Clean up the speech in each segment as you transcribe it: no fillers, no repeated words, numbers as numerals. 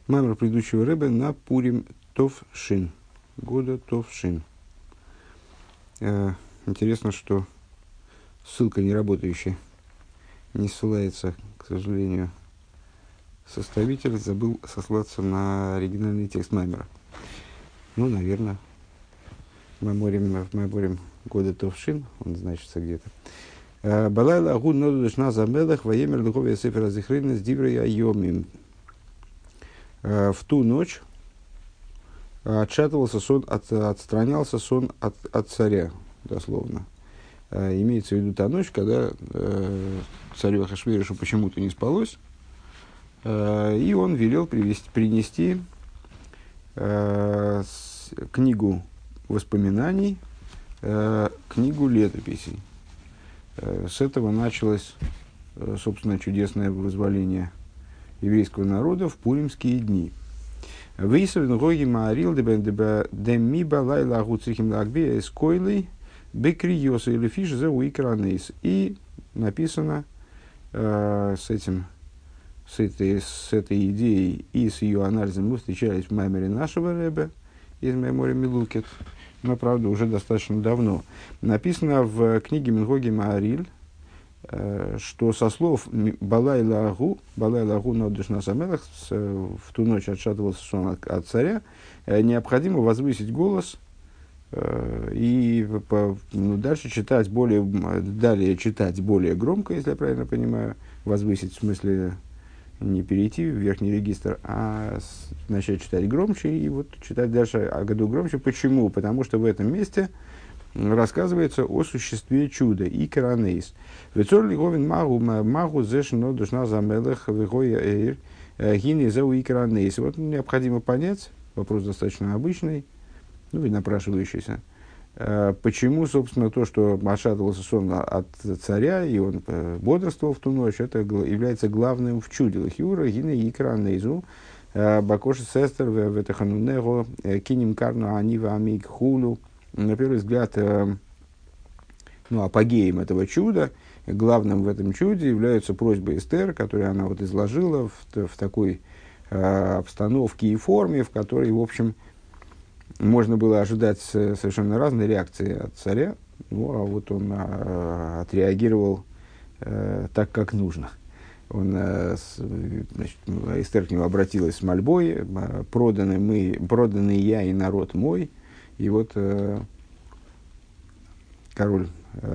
Маймер предыдущего рэбе на Пурим Товшин. Года Товшин. Интересно, что ссылка не работающая. Не ссылается, к сожалению, составитель. Забыл сослаться на оригинальный текст Маймера. Ну, наверное, в Майморим года Товшин, он значится где-то. Балайла агуд ноду дешна замелах воемер духовия сефера зихрина с диврей айомим. В ту ночь отшатывался сон, отстранялся сон от царя, дословно. Имеется в виду та ночь, когда царю Ахашвирошу почему-то не спалось, и он велел принести книгу воспоминаний, книгу летописей. С этого началось, собственно, чудесное вызволение еврейского народа в пуримские дни. Выисовен гоги маарил демиба лайла гуцрихим лагбия из койлой бекриоса или фиш за уикранейс. И написано с этой идеей и с ее анализом мы встречались в маймере нашего рэбе из Маймори Милукет, но, правда, уже достаточно давно. Написано в книге Мингоги Маариль, что со слов Балайла Агу Нодышна Самелах, в ту ночь отшатывался сон от царя, необходимо возвысить голос и дальше читать далее читать более громко, если я правильно понимаю, возвысить в смысле не перейти в верхний регистр, а начать читать громче и вот читать дальше о году громче. Почему? Потому что в этом месте рассказывается о существе чуда и коронейс. Вецор лиговин магу зешно душна замелых вегоя эйр гини зау и коронейс. Вот необходимо понять, вопрос достаточно обычный, ну и напрашивающийся, почему, собственно, то, что отшатывался сон от царя, и он бодрствовал в ту ночь, это является главным в чуде. Лахиура гини и коронейзу бакоши сестер ветаханунего кинем карну анива амиг хулу. На первый взгляд, апогеем этого чуда, главным в этом чуде является просьба Эстер, которую она вот изложила в такой обстановке и форме, в которой, в общем, можно было ожидать совершенно разные реакции от царя, а вот он отреагировал так, как нужно. Эстер к нему обратилась с мольбой: «Проданы я и народ мой». И вот король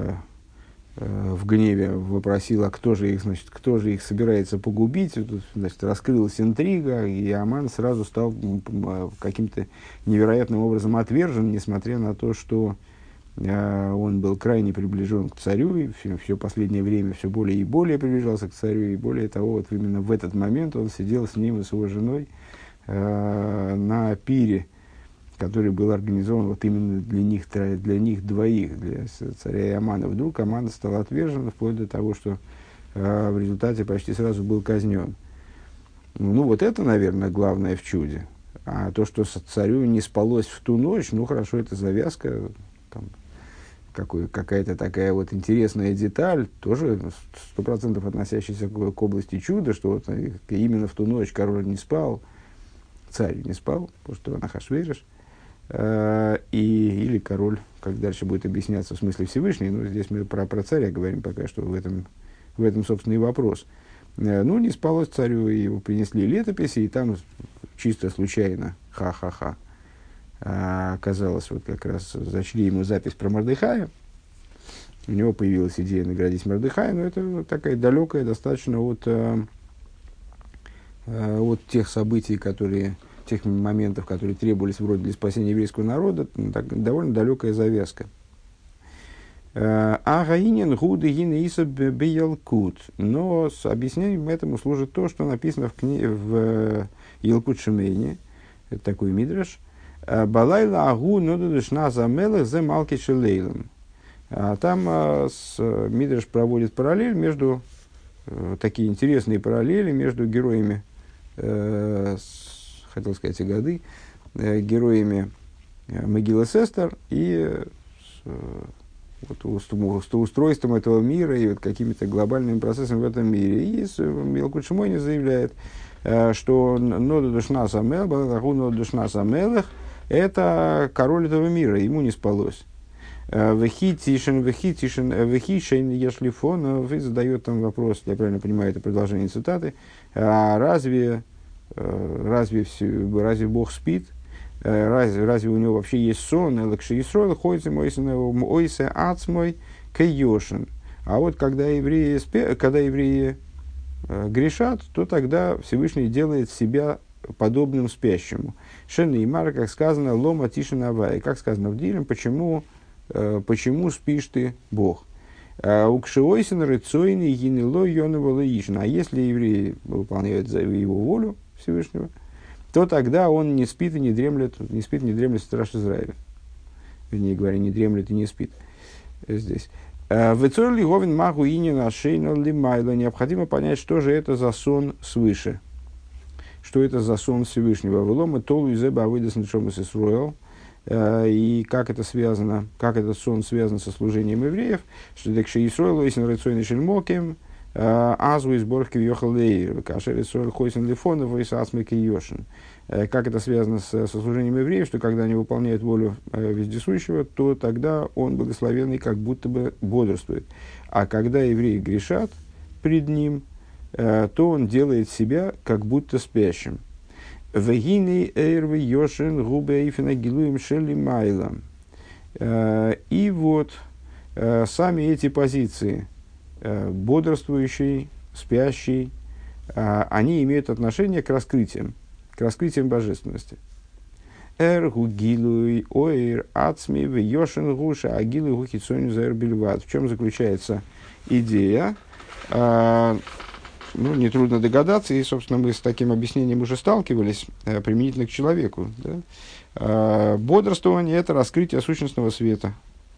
в гневе вопросил, а кто же их собирается погубить. Тут, раскрылась интрига, и Аман сразу стал каким-то невероятным образом отвержен, несмотря на то, что он был крайне приближен к царю, и все последнее время все более и более приближался к царю, и более того, вот именно в этот момент он сидел с ним и с его женой на пире, который был организован вот именно для них двоих, для царя и Амана. Вдруг Аман стал отвержен, вплоть до того, что в результате почти сразу был казнен. Ну, вот это, наверное, главное в чуде. А то, что царю не спалось в ту ночь, ну, хорошо, это завязка, там, какая-то такая вот интересная деталь, тоже 100% относящаяся к области чуда, что вот именно в ту ночь король не спал, царь не спал, потому что он Ахашвирош. Или король, как дальше будет объясняться, в смысле Всевышний, но здесь мы про царя говорим пока что, в этом собственно, и вопрос. Не спалось царю, и его принесли летописи, и там чисто случайно, ха-ха-ха, оказалось, вот как раз зачли ему запись про Мордехая, у него появилась идея наградить Мордехая, но это такая далекая достаточно от тех событий, тех моментов, которые требовались вроде для спасения еврейского народа, довольно далекая завязка. А гаинин гуды гины иса беялкут. Но с объяснением этому служит то, что написано в Елкут Шимейне, это такой мидраш, «Балайла агу нодудышна замелых зе малки шелейлом». Там мидраш проводит параллель между, такие интересные параллели между героями, хотел сказать, героями Мегилас Эстер и устройством этого мира и вот какими-то глобальными процессами в этом мире. И Илкут Шимойни заявляет, что Нода Душна Самел, Балатаху Нода Душна Самелах, это король этого мира, ему не спалось. Вехи тишен, если фон, задает там вопрос, я правильно понимаю, это продолжение цитаты, разве Бог спит? Разве у него вообще есть сон? Элакши Исроил ходится ойсе ацмой кайошин. А вот когда евреи грешат, то тогда Всевышний делает себя подобным спящему. Шен и Мара, как сказано, лома тишин авай. Как сказано в Дилем, почему спишь ты, Бог? Укшиойсен рыцойный гинело йонова лаишин. А если евреи выполняют его волю Всевышнего, то тогда он не спит и не дремлет страж Израиля. Вернее говоря, не дремлет и не спит здесь. Необходимо понять, что же это за сон свыше. Что это за сон Всевышнего. И как этот сон связан со служением евреев. Что так что Исроил ойсен рыцойный шельмоким, Азу из Борхки въехал Лейр, Кашер Исроил Хойсен Лифонов и Сасмик Йошин. Как это связано со служением евреев, что когда они выполняют волю вездесущего, то тогда он благословенный как будто бы бодрствует. А когда евреи грешат пред ним, то он делает себя как будто спящим. Вегины эйрвы Йошин губе эйфена гилуем шелли майлам. И вот сами эти позиции, бодрствующий, спящий, они имеют отношение к раскрытиям божественности. Эргу гилуй оир ацми в йошен гуша агилуй гухицоню заэр бельват. В чем заключается идея? Нетрудно догадаться, и, собственно, мы с таким объяснением уже сталкивались применительно к человеку. Да? Бодрствование – это раскрытие сущностного света.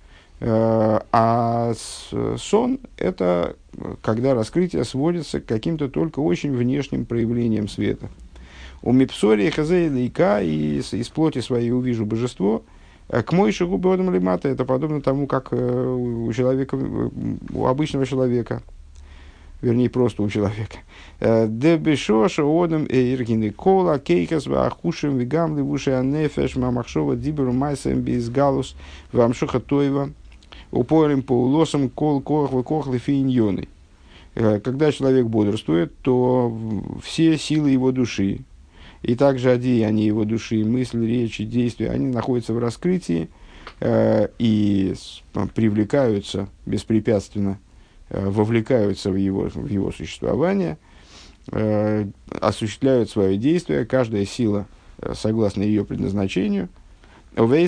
А сон – это когда раскрытие сводится к каким-то только очень внешним проявлениям света. У мипсории хазей лейка, и из плоти своей увижу божество, к мойши губы одам лимата, это подобно тому, как у обычного человека, вернее, просто у человека. Дебешоша одам иргины кола, кейкас вахушим вигам ливуши анефеш мамахшова диберу майсам безгалус вамшуха тойва упорим по улосам кол кох выкох лифиньоны. Когда человек бодрствует, то все силы его души, и также одеяния его души, мысли, речи, действия, они находятся в раскрытии и привлекаются беспрепятственно, вовлекаются в его существование, осуществляют свое действие, каждая сила согласно ее предназначению. Во время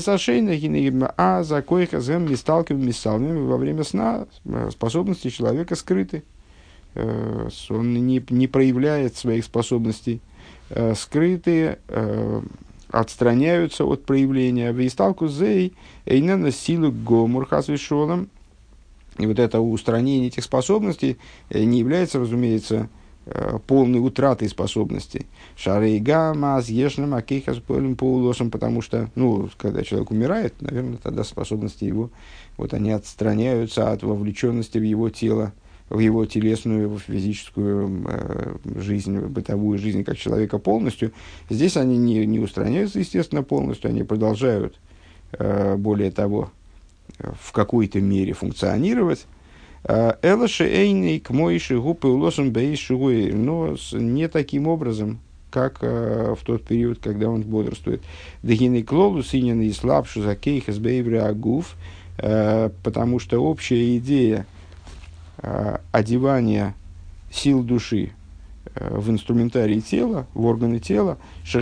сна способности человека скрыты. Он не проявляет своих способностей, скрытые, отстраняются от проявления. Вейсталку зей эйнена силу гомур хасвишолом. И вот это устранение этих способностей не является, разумеется, полной утратой способностей. Шарейга маз ешнам акейхас полем поулосом, потому что, когда человек умирает, наверное, тогда способности его, они отстраняются от вовлеченности в его тело, в его телесную, в физическую жизнь, в бытовую жизнь как человека полностью. Здесь они не устраняются, естественно, полностью, они продолжают, более того, в какой-то мере функционировать. Элаши эйней к моиши гупы улосом бейшугуэй, но не таким образом, как в тот период, когда он бодрствует. Дагиней клолу синен и слабшу за кейхас бейвре агуф, потому что общая идея одевания сил души в инструментарий тела, в органы тела,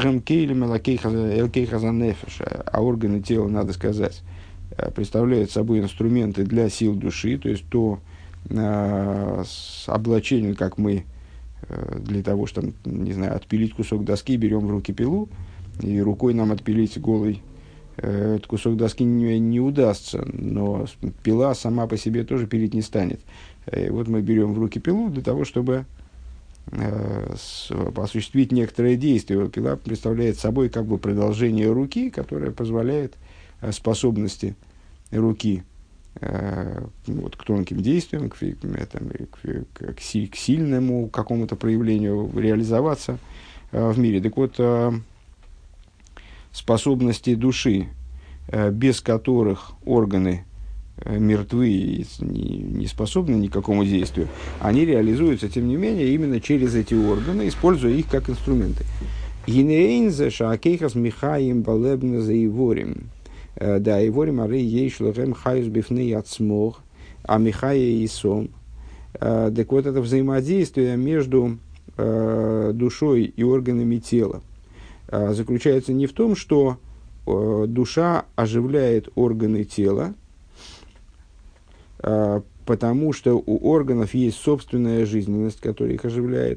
а органы тела, надо сказать, представляют собой инструменты для сил души, то есть то облачение, как мы для того, чтобы, отпилить кусок доски, берем в руки пилу, и рукой нам отпилить голый этот кусок доски не удастся, но пила сама по себе тоже пилить не станет. И вот мы берем в руки пилу для того, чтобы осуществить некоторое действие. Пила представляет собой как бы продолжение руки, которое позволяет способности руки вот, к тонким действиям, к сильному какому-то проявлению реализоваться в мире. Так вот, способности души, без которых органы мертвы и не способны ни к какому действию, они реализуются, тем не менее, именно через эти органы, используя их как инструменты. Гинеинзе шаакейхас михаим балебна за иворим. Да, иворим ары ейшлохем хайус бифней ацмох, а михая и сом. Так вот, это взаимодействие между душой и органами тела заключается не в том, что душа оживляет органы тела, потому что у органов есть собственная жизненность, которая их оживляет.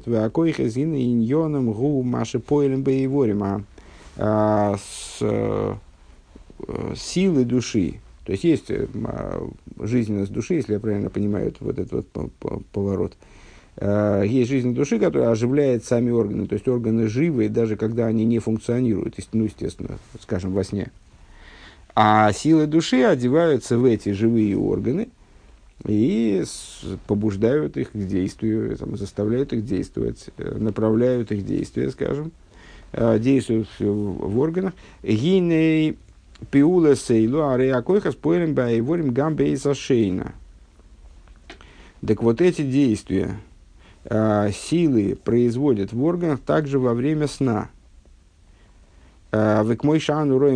Силы души, то есть есть жизненность души, если я правильно понимаю вот этот вот поворот. Есть жизнь души, которая оживляет сами органы, то есть органы живы, даже когда они не функционируют, ну, естественно, скажем, во сне. А силы души одеваются в эти живые органы и побуждают их к действию, заставляют их действовать, направляют их действия, скажем, действуют в органах. Гиней пиула сейлу ареакойха спойлем баеворим гамбейса шейна. Так вот эти действия силы производят в органах также во время сна. И, как мы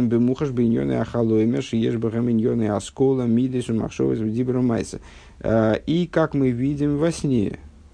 видим во сне,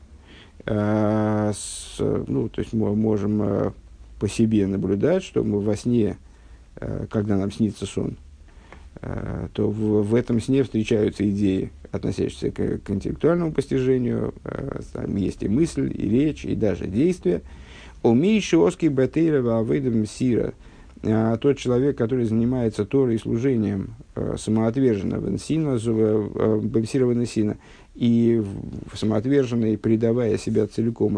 ну, то есть мы можем по себе наблюдать, что мы во сне, когда нам снится сон, то в этом сне встречаются идеи, относящиеся к интеллектуальному постижению, там есть и мысль, и речь, и даже действие. Умейши оски бетейра авейдам сира, тот человек, который занимается Торой и служением самоотверженного бемсированного сина, и самоотверженно, предавая себя целиком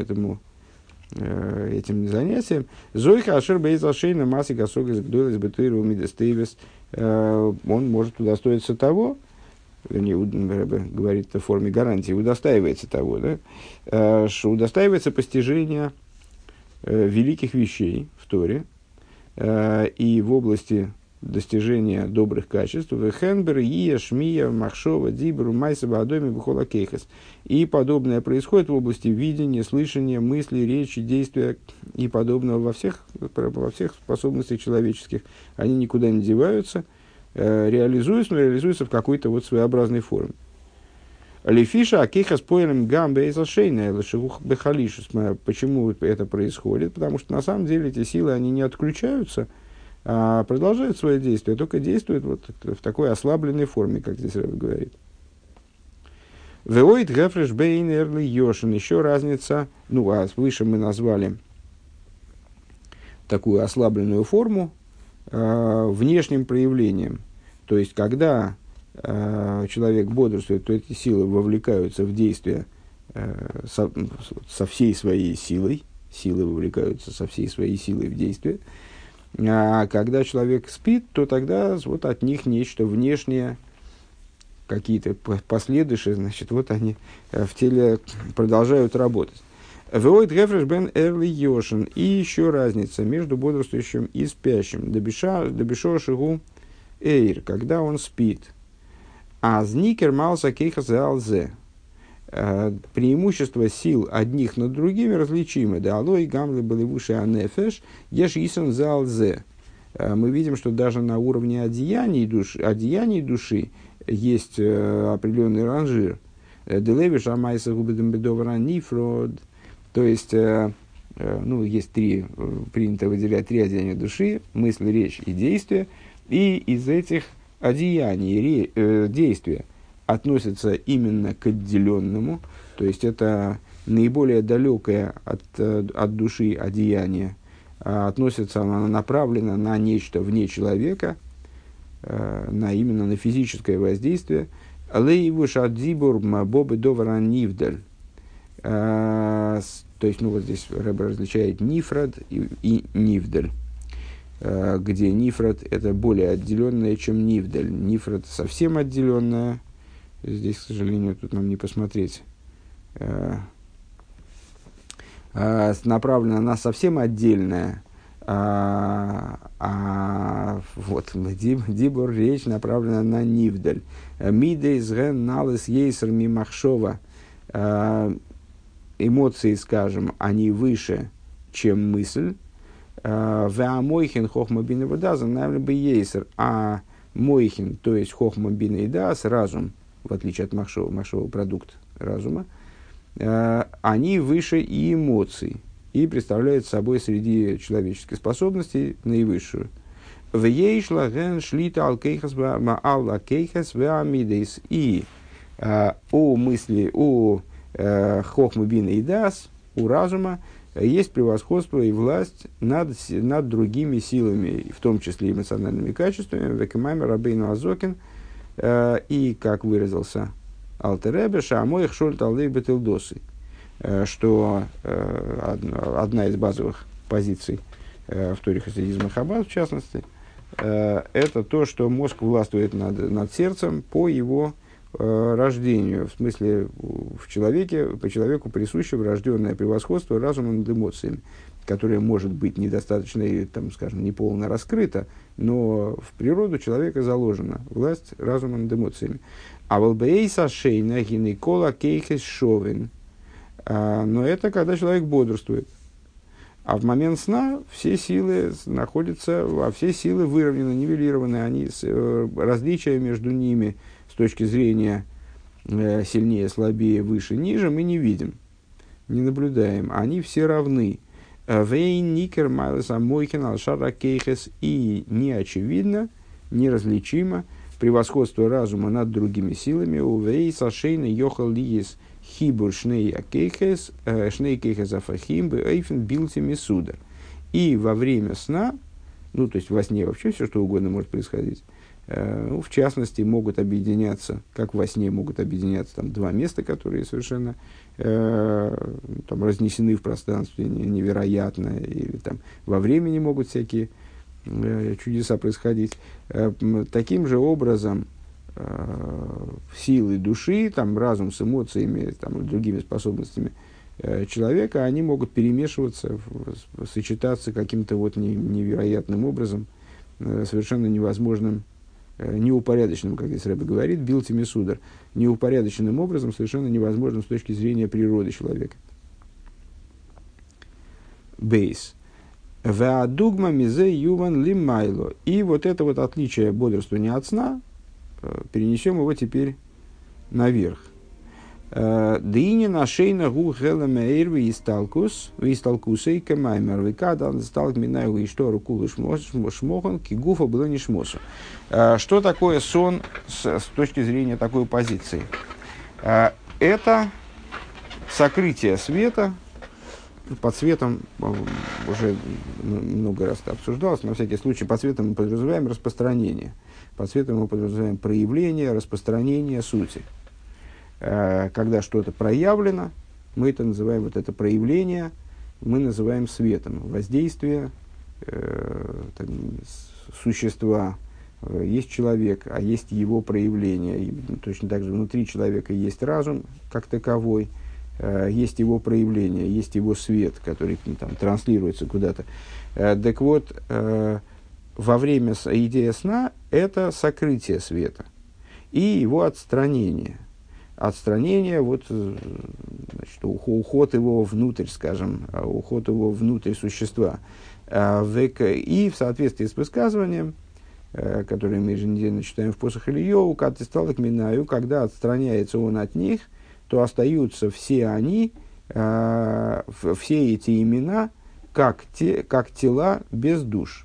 этим занятиям, зойха ашер бейзалшейна массы гасок из гдойлес бетейра умидестейвес, он может удостоиться того, вернее, говорит в форме гарантии, удостаивается того, да, что удостаивается постижения великих вещей в Торе и в области достижения добрых качеств, вехенбер, ия, шмия, махшова, дибру, майсаба, адоми, бухола кейхас. И подобное происходит в области видения, слышания, мысли, речи, действия и подобного во всех способностях человеческих. Они никуда не деваются, реализуются, но реализуются в какой-то вот своеобразной форме. Лефиша акейхас поэлем гамбе из ашейна лешевух бехалишус. Почему это происходит? Потому что на самом деле эти силы, они не отключаются, а продолжают свое действие, только действуют вот в такой ослабленной форме, как здесь Рэбе говорит. Веоид гефреш бейн эрли йошин. Еще разница, ну, а выше мы назвали такую ослабленную форму внешним проявлением. То есть, когда человек бодрствует, то эти силы вовлекаются в действие со всей своей силой. Силы вовлекаются со всей своей силой в действие. А когда человек спит, то тогда вот от них нечто внешнее, какие-то последующие, значит, вот они в теле продолжают работать. Веойд гефреш бен эрли йошин. И еще разница между бодрствующим и спящим. Добешо шигу эйр, когда он спит. А зникер малса кейхас алзе. Преимущество сил одних над другими различимы. Да алой гамлы были выше анефеш, еш исон за алзе. Мы видим, что даже на уровне одеяний души есть определенный ранжир. Делевиш амайса губедем бедовара нифрод. То есть, ну, есть принято выделять три одеяния души: мысль, речь и действие. И из этих одеяний действия относится именно к отделенному, то есть это наиболее далекое от души одеяние, относится, оно направлено на нечто вне человека, именно на физическое воздействие. Лейвуш адзибур бобы довара нивдаль. То есть, ну вот здесь Рэбе различает нифрад и нивдаль, где нифрад это более отделенное, чем нивдаль. Нифрад совсем отделенное, Здесь, к сожалению, тут нам не посмотреть. Направлена на совсем отдельное. Вот дибур, речь направлена на нивдаль. Мидейс ген налыс ейсер мимахшова. Эмоции, скажем, они выше, чем мысль. Веамойхин хохма бина вадазан, наверное, бы ейсер. А мойхин, то есть хохма бина и дас, разум, в отличие от махшова, махшова продукт разума, они выше и эмоций, и представляют собой среди человеческих способностей наивысшую. И о мысли, о хохма бина и дас, у разума, есть превосходство и власть над другими силами, в том числе эмоциональными качествами. Векемаймер Рабейну Азокин, и, как выразился Алтер Ребе, шаамоих шольт алдей бетилдосы, что одна из базовых позиций в Торе хасидизма Хаббат, в частности, это то, что мозг властвует над сердцем по его рождению, в смысле по человеку присуще врожденное превосходство разумом над эмоциями, которое может быть недостаточно, там, скажем, неполно раскрыто, но в природу человека заложена власть разума над эмоциями. А волбейса шейна гинекола кейхес шовен. Но это когда человек бодрствует. А в момент сна все силы находятся, все силы выровнены, нивелированы, различия между ними с точки зрения сильнее, слабее, выше, ниже мы не видим, не наблюдаем. Они все равны. Вейн никер майлес амойхен алшара кейхес, и не очевидно, неразличимо превосходство разума над другими силами. У вейс ашейна йохал лиес хибур шней кейхес афахим бы эйфен билти мисуда. И во время сна, ну то есть во сне вообще все что угодно может происходить. В частности, могут объединяться, как во сне могут объединяться там, два места, которые совершенно там, разнесены в пространстве невероятно, или там, во времени могут всякие чудеса происходить. Таким же образом, силы души, там, разум с эмоциями, там, другими способностями человека, они могут перемешиваться, сочетаться каким-то вот невероятным образом, совершенно невозможным, неупорядоченным, как здесь Рэбе говорит, билти мисудар, неупорядоченным образом, совершенно невозможным с точки зрения природы человека. Бейс. Веадугма мизе юван лимайло. И вот это вот отличие бодрствования от сна, перенесем его теперь наверх. Дыни нашейна гу хелемеир висталкус висталкусей кемаймер викадан сталк минаю и что руку шмохан кигуфа было не шмосу. Что такое сон с точки зрения такой позиции? Это сокрытие света. Под светом уже много раз это обсуждалось, на всякий случай под светом мы подразумеваем распространение. Под светом мы подразумеваем проявление, распространение сути. Когда что-то проявлено, мы это называем, вот это проявление, мы называем светом. Воздействие существа. Есть человек, а есть его проявление. И точно так же внутри человека есть разум как таковой, есть его проявление, есть его свет, который там транслируется куда-то. Так вот, во время идея сна – это сокрытие света и его отстранение. Отстранение, вот, значит, уход его внутрь, скажем, уход его внутрь существа. И в соответствии с высказыванием, которое мы еженедельно читаем в Посох Ильёву, «Кад исталек минаю», когда отстраняется он от них, то остаются все они, все эти имена, как тела без душ.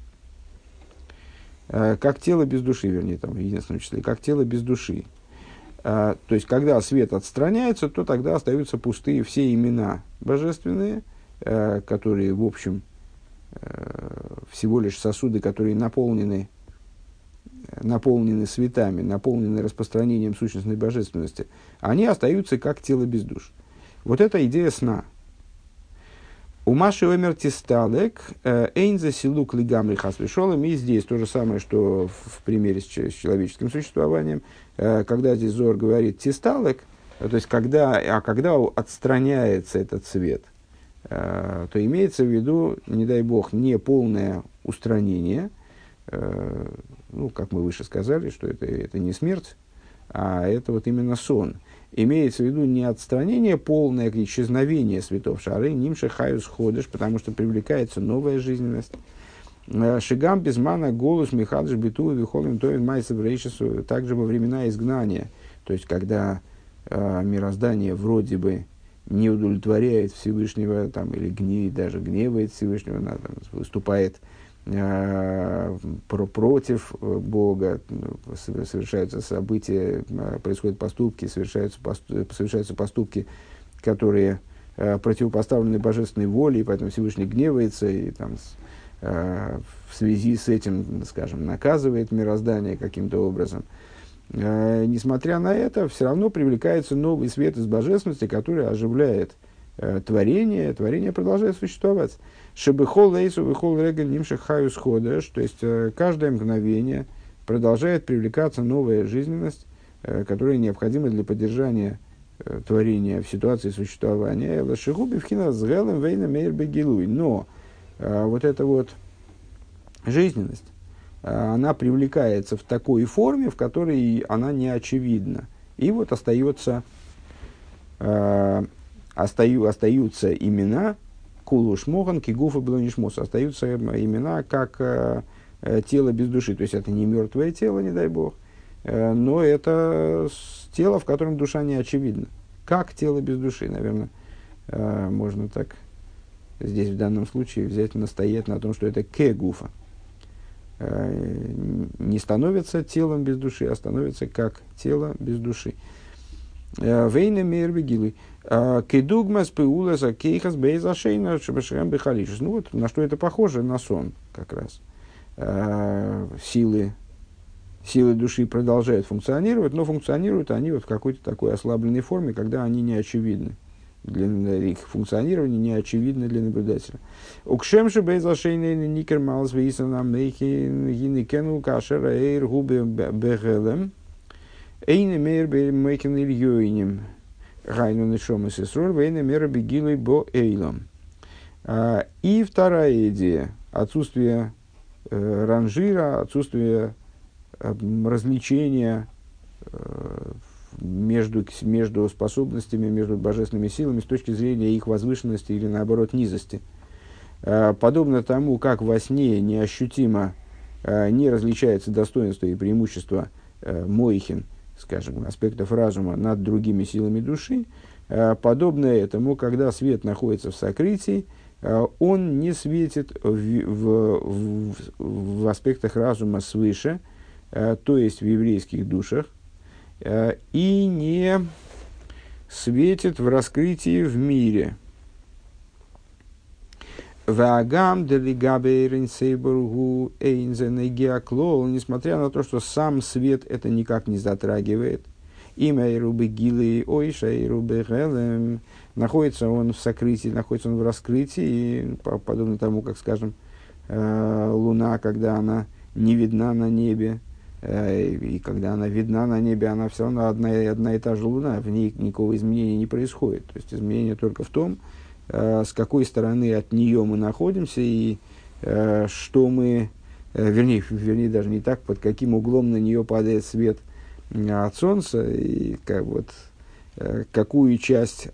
Как тело без души, вернее, там, в единственном числе, как тело без души. То есть, когда свет отстраняется, то тогда остаются пустые все имена божественные, которые, в общем, всего лишь сосуды, которые наполнены светами, наполнены распространением сущностной божественности, они остаются как тело без душ. Вот это идея сна. У Маши Омер Тисталек Эйнза Силук Лигамри Хасвишолом. И здесь то же самое, что в примере с человеческим существованием. Когда здесь Зоар говорит Тисталек, то есть когда отстраняется этот свет, то имеется в виду, не дай бог, не полное устранение, ну, как мы выше сказали, что это не смерть, а это вот именно сон. Имеется в виду не отстранение полное, а исчезновение светов шары, нимша хаюс ходыш, потому что привлекается новая жизненность. Шигам безмана голос михадыш биту вихолим тоин майсов рейшису, также во времена изгнания, то есть когда мироздание вроде бы не удовлетворяет Всевышнего, там, или даже гневает Всевышнего, там, выступает против Бога, совершаются события, происходят поступки, совершаются поступки, которые противопоставлены божественной воле, и поэтому Всевышний гневается, и там, в связи с этим, скажем, наказывает мироздание каким-то образом. Несмотря на это, все равно привлекается новый свет из божественности, который оживляет творение. Творение продолжает существовать. Шебехол лейсу вехол регель нимших хаюс ходеш, то есть каждое мгновение продолжает привлекаться новая жизненность, которая необходима для поддержания творения в ситуации существования. Лашигуби вхина с гелем вейна мейр бегилуй. Но вот эта вот жизненность, она привлекается в такой форме, в которой она не очевидна. И вот остаются имена Кулуш Мохан, Кигуфа Блонишмос. Остаются имена как тело без души. То есть это не мертвое тело, не дай бог, но это тело, в котором душа не очевидна. Как тело без души, наверное, можно так здесь в данном случае взять, настоять на том, что это кегуфа. Не становится телом без души, а становится как тело без души. Вейна мейрбегилы. Кедугмас пеуласа кейхас бейзашейна шабашрам бехалишус. Ну вот, на что это похоже? На сон как раз. Силы души продолжают функционировать, но функционируют они вот в какой-то такой ослабленной форме, когда они не очевидны. Их функционирование не очевидно для наблюдателя. Укшемши бейзашейна никер малс вейсана мейхи гинекену кашера эйр губе бегелем. Эйне мейр беймейкен ильёйнем. Гайну нишом и сесроль, вейне мера бегилой бо эйлом. И вторая идея. Отсутствие ранжира, отсутствие развлечения между способностями, между божественными силами с точки зрения их возвышенности или, наоборот, низости. Подобно тому, как во сне неощутимо не различается достоинство и преимущество моихин, скажем, аспектов разума над другими силами души, подобно этому, когда свет находится в сокрытии, он не светит в аспектах разума свыше, то есть в еврейских душах, и не светит в раскрытии в мире. Ваагам делигабейрин сейбургу эйнзенегиаклол, несмотря на то, что сам свет это никак не затрагивает, имя Ирубы Гилы Ойша Ирубы Гелем, находится он в сокрытии, находится он в раскрытии, подобно тому, как, скажем, луна, когда она не видна на небе, и когда она видна на небе, она все равно одна и та же луна, в ней никакого изменения не происходит. То есть изменение только в том, с какой стороны от нее мы находимся и что мы, вернее, даже не так, под каким углом на нее падает свет от солнца, и какую часть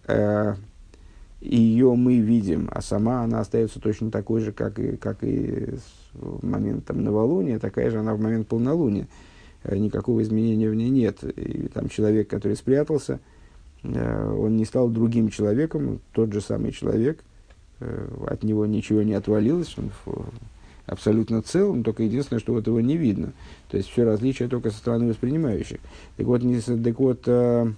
ее мы видим, а сама она остается точно такой же, как и в момент там, новолуния, такая же она в момент полнолуния. Никакого изменения в ней нет. И там человек, который спрятался, он не стал другим человеком, тот же самый человек, от него ничего не отвалилось, он абсолютно цел, но только единственное, что вот его не видно. То есть все различия только со стороны воспринимающих. Так вот,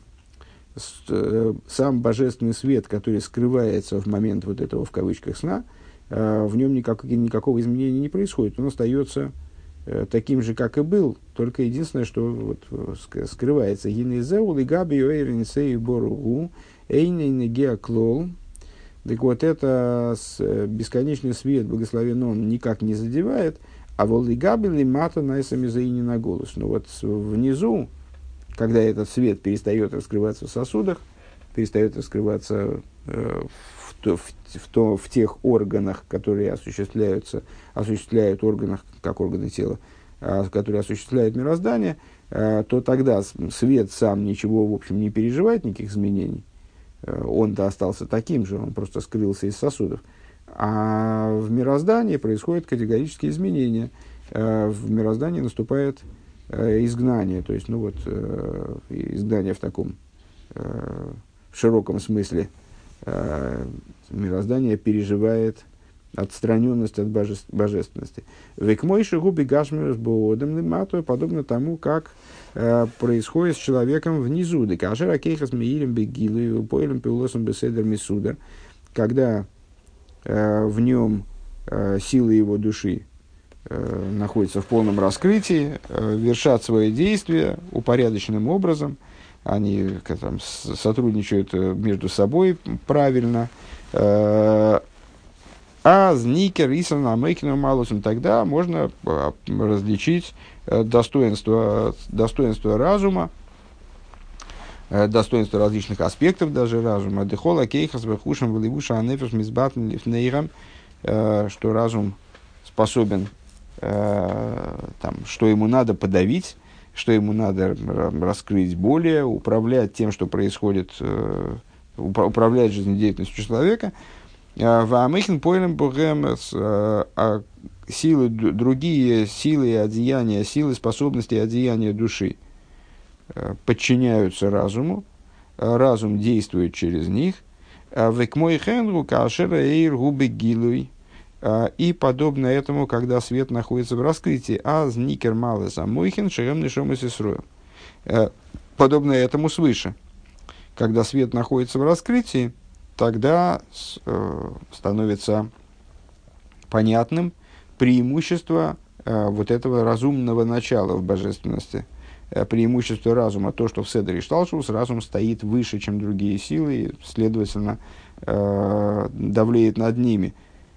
сам божественный свет, который скрывается в момент вот этого, в кавычках, сна, в нем никакого изменения не происходит. Он остается таким же, как и был, только единственное, что вот скрывается. Гинезеу лигаби ойринсей боругу эйней негеа клол Так вот, это бесконечный свет, благословен он, никак не задевает, а волигабели мата найсами заини на голос. Но вот внизу, когда этот свет перестает раскрываться в сосудах, перестает раскрываться в тех органах, которые осуществляют органах, как органы тела, которые осуществляют мироздание, то тогда свет сам ничего, в общем, не переживает, никаких изменений. Он-то остался таким же, он просто скрылся из сосудов. А в мироздании происходят категорические изменения. В мироздании наступает изгнание, то есть, изгнание в таком в широком смысле. Мироздание переживает отстраненность от божественности. Векмойши губи гашмирус боодем лимату, подобно тому, как происходит с человеком внизу. Декашер акейхас миилем бегилу, поэлем пиулосом беседер мисуда, когда в нем силы его души находятся в полном раскрытии, вершат свои действия упорядоченным образом, они сотрудничают между собой правильно. А зникер исан амейкиным малусом, тогда можно различить достоинство разума, достоинство различных аспектов даже разума. Дехола кейхас вехушам валивуша анефеш мизбатн лифнейрам, что разум способен, что ему надо подавить, что ему надо раскрыть более, управлять тем, что происходит, управлять жизнедеятельностью человека. Силы, другие силы и одеяния, силы, способности и одеяния души подчиняются разуму, разум действует через них. И подобно этому, когда свет находится в раскрытии, подобно этому свыше. Когда свет находится в раскрытии, тогда становится понятным преимущество вот этого разумного начала в божественности. Преимущество разума, то, что в Седере Шталшус разум стоит выше, чем другие силы, и, следовательно, давлеет над ними.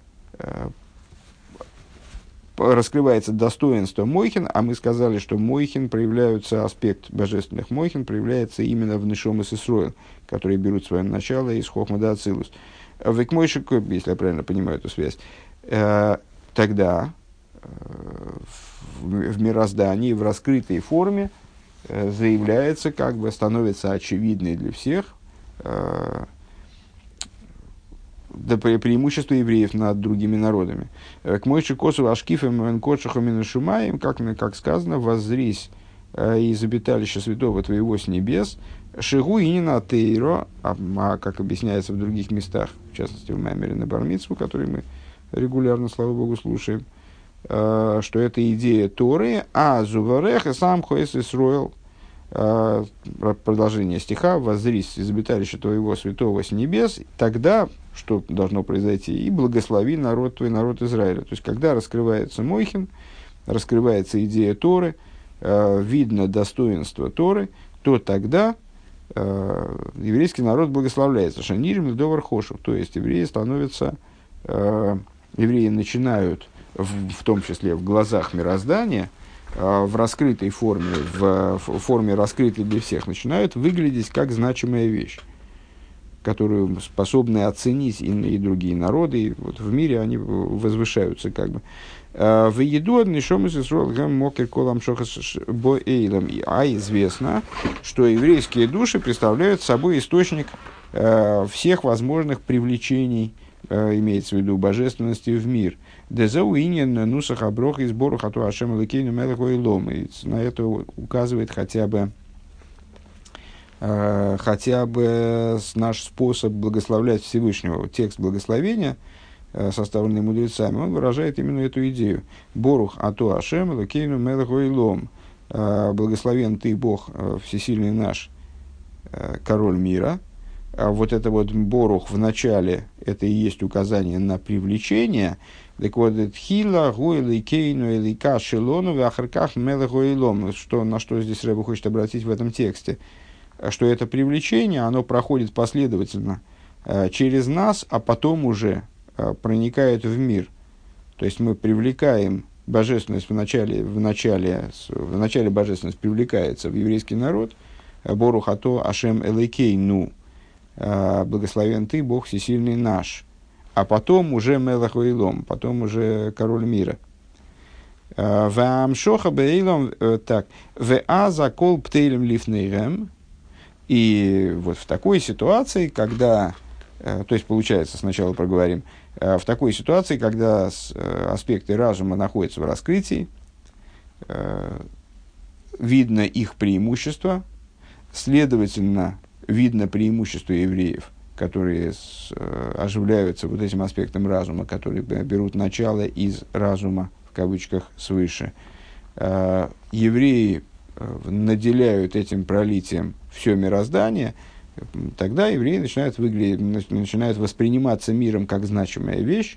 Раскрывается достоинство Мойхин, а мы сказали, что Мойхин проявляется, аспект божественных Мойхин проявляется именно в Нешом и Исроэл, которые берут свое начало из Хохма да Ацилус. Векмойшик, если я правильно понимаю эту связь, тогда в мироздании, в раскрытой форме заявляется, как бы становится очевидной для всех преимущество евреев над другими народами. К мойши косу ашкифем кодшаху шумаем, как сказано, воззрись из обиталища святого твоего с небес, шигу и не на тейро, как объясняется в других местах, в частности в Маймере на Бар-Мицву, который мы регулярно, слава Богу, слушаем, что это идея Торы, а зуварех и сам хоэс Исроэл, продолжение стиха, воззрись из обиталища твоего святого с небес, тогда, что должно произойти, и благослови народ твой, народ Израиля. То есть, когда раскрывается Мойхин, раскрывается идея Торы, видно достоинство Торы, то тогда еврейский народ благословляется. Шанирим ледовар хошев, то есть, евреи начинают, в том числе в глазах мироздания, в раскрытой форме, в форме раскрытой для всех, начинают выглядеть как значимая вещь, которую способны оценить и другие народы, и вот в мире они возвышаются как бы. В еду однишом из Исроэлем мокер колам шохас боэйлем. А известно, что еврейские души представляют собой источник всех возможных привлечений, имеется в виду божественности в мир. Дезауинен нусах оброх и сбору хату ашем лекейну мелеху и лом. На это указывает хотя бы наш способ благословлять Всевышнего. Текст благословения, составленный мудрецами, он выражает именно эту идею. Борух ату ашем лекейну мелеху и лом. Благословен ты, Бог, всесильный наш, король мира. А вот это вот борух в начале, это и есть указание на привлечение. Так вот, тхила гуэли кейну элика шелону в ахарках мелехуэлом. На что здесь Рэбе хочет обратить в этом тексте? Что это привлечение, оно проходит последовательно через нас, а потом уже проникает в мир. То есть мы привлекаем божественность в начале божественность привлекается в еврейский народ. Борух ато Ашем Элейкей, благословен ты, Бог всесильный наш. А потом уже Мелах Вейлом, потом уже король мира. Ваамшоха Бейлом, так, Веаза кол птейлем лифнейрем. И вот в такой ситуации, когда, то есть получается, сначала проговорим, в такой ситуации, когда аспекты разума находятся в раскрытии, видно их преимущество, следовательно, видно преимущество евреев, которые оживляются вот этим аспектом разума, которые берут начало из разума, в кавычках, свыше. Евреи наделяют этим пролитием все мироздание, тогда евреи начинают восприниматься миром как значимая вещь,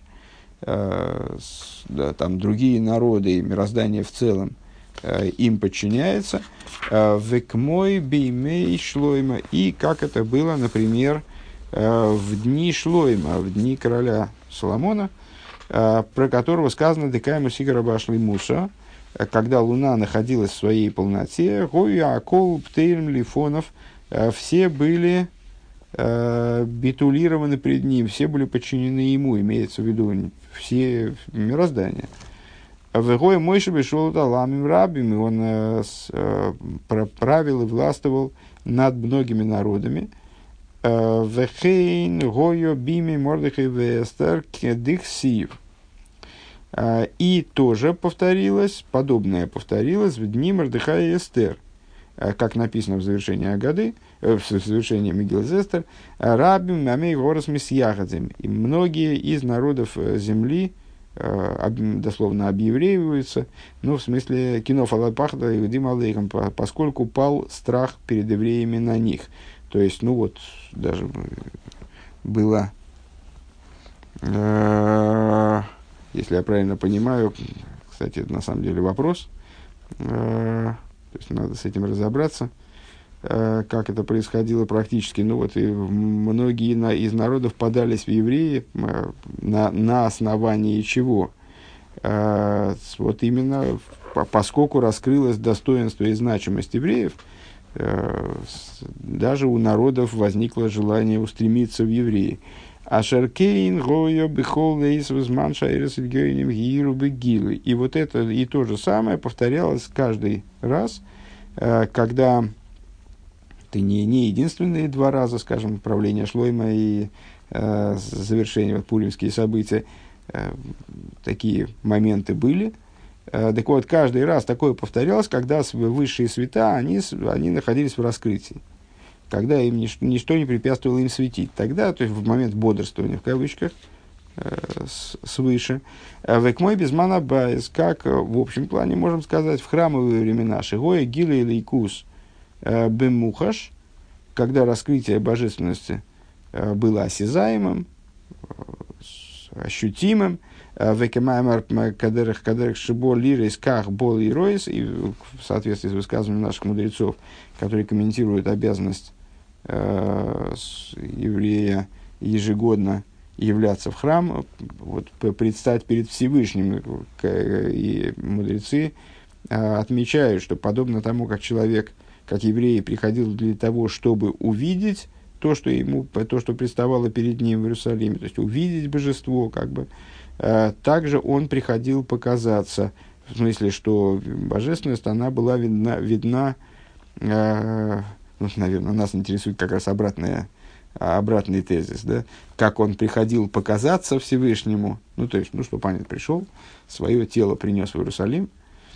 там другие народы и мироздание в целом им подчиняется. Векмой беймей шлойма, и как это было, например, в дни Шлойма, в дни короля Соломона, про которого сказано «Декайму сигара башли муса», когда луна находилась в своей полноте, «Гою акол птейлем лифонов», все были битулированы пред ним, все были подчинены ему, имеется в виду все мироздания. «Вегой Мойше бешел таламим рабим», и он правил и властвовал над многими народами. «Вехейн гойо бими мордыхи вестер кедихсив». И тоже повторилось, подобное повторилось в дни Мордыха и Эстер, как написано в завершении Агады, в завершении Мегилат Эстер, «Рабим мамей горос мисьягадзем». И многие из народов земли дословно объевреиваются, в смысле кино фалапахда и дим алейхам, поскольку пал страх перед евреями на них. То есть, даже было, если я правильно понимаю, кстати, это на самом деле вопрос, то есть надо с этим разобраться, как это происходило практически. И многие из народов подались в евреи на основании чего? Вот именно поскольку раскрылось достоинство и значимость евреев, даже у народов возникло желание устремиться в евреи. Ашаркейн гойо бихол лейс возман шайрес гейнем гиру бегилы. И вот это и то же самое повторялось каждый раз, когда ты не единственные два раза, скажем, правление Шлойма и завершение пуримские события, такие моменты были. Так вот, каждый раз такое повторялось, когда высшие света, они находились в раскрытии. Когда им ничто не препятствовало им светить. Тогда, то есть в момент бодрствования, в кавычках, свыше. Векмой безмана байс, как в общем плане можем сказать, в храмовые времена Шигоя, Гила и Лейкус Бемухаш, когда раскрытие божественности было осязаемым, ощутимым, Векемаймар кадерах шибо лирейс ках бол и ройс, и в соответствии с высказыванием наших мудрецов, которые комментируют обязанность еврея ежегодно являться в храм, предстать перед Всевышним. И мудрецы отмечают, что подобно тому, как человек, как еврей, приходил для того, чтобы увидеть то, что представало перед ним в Иерусалиме, то есть увидеть божество, также он приходил показаться, в смысле, что божественность, она была видна, наверное, нас интересует как раз обратный тезис, да, как он приходил показаться Всевышнему, то есть, что понятно, пришел, свое тело принес в Иерусалим,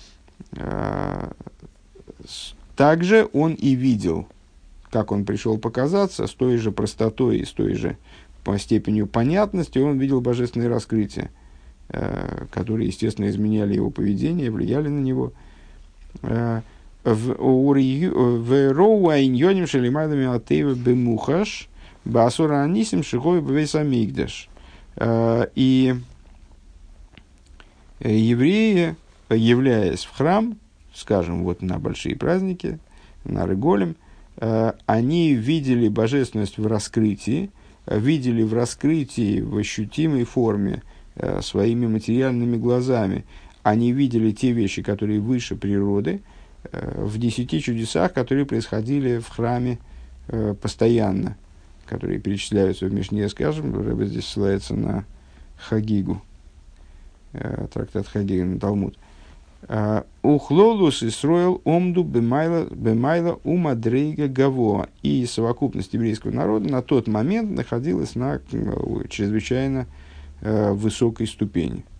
также он и видел, как он пришел показаться, с той же простотой и с той же по степенью понятности, он видел божественные раскрытия, которые, естественно, изменяли его поведение, влияли на него. В роуайньоним шелимадами атеева бемухаш басура анисим шигой бвейсамигдаш. И евреи, являясь в храм, скажем, на большие праздники, на Реголем, они видели божественность в раскрытии, видели в раскрытии, в ощутимой форме, своими материальными глазами. Они видели те вещи, которые выше природы, в 10 чудесах, которые происходили в храме постоянно, которые перечисляются в Мишне, скажем. Рэбе здесь ссылается на Хагигу, трактат Хагига, на Талмуд. Ухлолус Исроэл омду бемайла умадрейга гаво. И совокупность еврейского народа на тот момент находилась на чрезвычайно высокой ступени.